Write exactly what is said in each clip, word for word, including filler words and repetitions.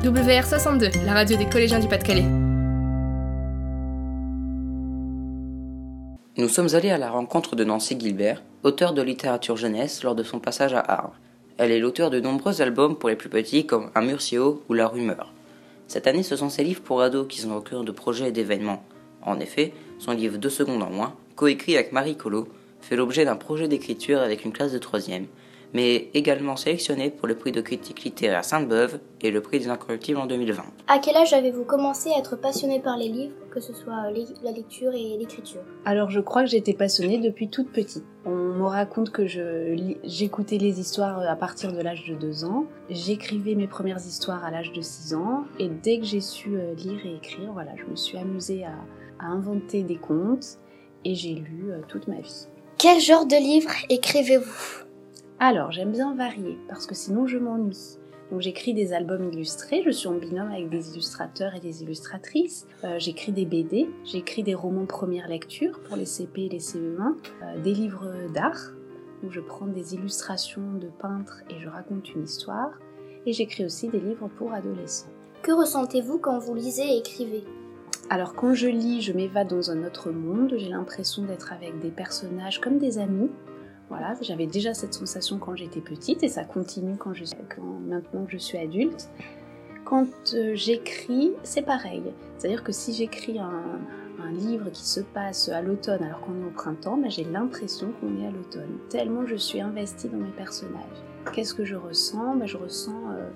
W R soixante-deux, la radio des collégiens du Pas-de-Calais. Nous sommes allés à la rencontre de Nancy Guilbert, auteure de littérature jeunesse lors de son passage à Arles. Elle est l'auteure de nombreux albums pour les plus petits comme Un mur si haut ou La rumeur. Cette année, ce sont ses livres pour ados qui sont au cœur de projets et d'événements. En effet, son livre Deux secondes en moins, coécrit avec Marie Collot, fait l'objet d'un projet d'écriture avec une classe de troisième, mais également sélectionné pour le prix de critique littéraire Sainte-Beuve et le prix des Incorruptibles en deux mille vingt. À quel âge avez-vous commencé à être passionné par les livres, que ce soit la lecture et l'écriture ? Alors je crois que j'étais passionnée depuis toute petite. On me raconte que je, j'écoutais les histoires à partir de l'âge de deux ans, j'écrivais mes premières histoires à l'âge de six ans, et dès que j'ai su lire et écrire, voilà, je me suis amusée à, à inventer des contes, et j'ai lu toute ma vie. Quel genre de livre écrivez-vous ? Alors, j'aime bien varier, parce que sinon je m'ennuie. Donc j'écris des albums illustrés, je suis en binôme avec des illustrateurs et des illustratrices. Euh, j'écris des B D, j'écris des romans première lecture pour les C P et les C E un, euh, des livres d'art, où je prends des illustrations de peintres et je raconte une histoire. Et j'écris aussi des livres pour adolescents. Que ressentez-vous quand vous lisez et écrivez ? Alors quand je lis, je m'évade dans un autre monde, j'ai l'impression d'être avec des personnages comme des amis. Voilà, j'avais déjà cette sensation quand j'étais petite et ça continue quand je suis, quand, maintenant que je suis adulte. Quand euh, j'écris, c'est pareil. C'est-à-dire que si j'écris un, un livre qui se passe à l'automne alors qu'on est au printemps, ben j'ai l'impression qu'on est à l'automne. Tellement je suis investie dans mes personnages. Qu'est-ce que je ressens ? Ben je ressens euh,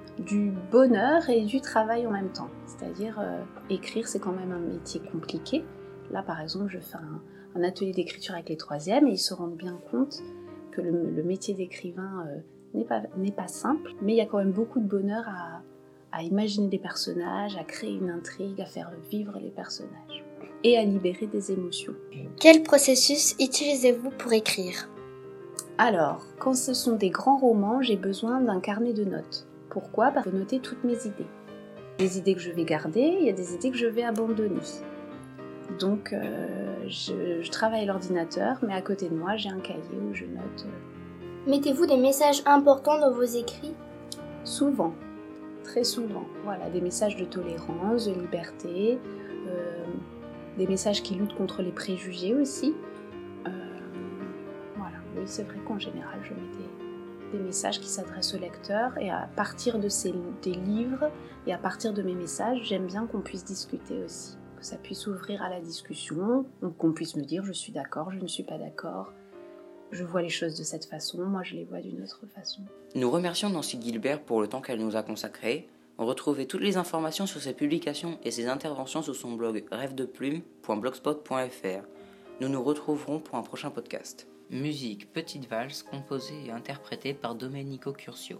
du bonheur et du travail en même temps. C'est-à-dire, euh, écrire, c'est quand même un métier compliqué. Là, par exemple, je fais un un atelier d'écriture avec les troisièmes et ils se rendent bien compte que le, le métier d'écrivain euh, n'est pas, n'est pas simple, mais il y a quand même beaucoup de bonheur à, à imaginer des personnages, à créer une intrigue, à faire vivre les personnages et à libérer des émotions. Quel processus utilisez-vous pour écrire ? Alors, quand ce sont des grands romans, j'ai besoin d'un carnet de notes. Pourquoi ? Parce que je peux noter toutes mes idées. Des idées que je vais garder, il y a des idées que je vais abandonner. Donc, euh, je, je travaille à l'ordinateur, mais à côté de moi, j'ai un cahier où je note. Euh... Mettez-vous des messages importants dans vos écrits ? Souvent, très souvent. Voilà, des messages de tolérance, de liberté, euh, des messages qui luttent contre les préjugés aussi. Euh, voilà, oui, c'est vrai qu'en général, je mets des, des messages qui s'adressent au lecteur, et à partir de ces, des livres et à partir de mes messages, j'aime bien qu'on puisse discuter aussi. Que ça puisse ouvrir à la discussion, donc qu'on puisse me dire je suis d'accord, je ne suis pas d'accord, je vois les choses de cette façon, moi je les vois d'une autre façon. Nous remercions Nancy Guilbert pour le temps qu'elle nous a consacré. Retrouvez toutes les informations sur ses publications et ses interventions sur son blog rêve de plume point blogspot point f r. Nous nous retrouverons pour un prochain podcast. Musique Petite Valse, composée et interprétée par Domenico Curcio.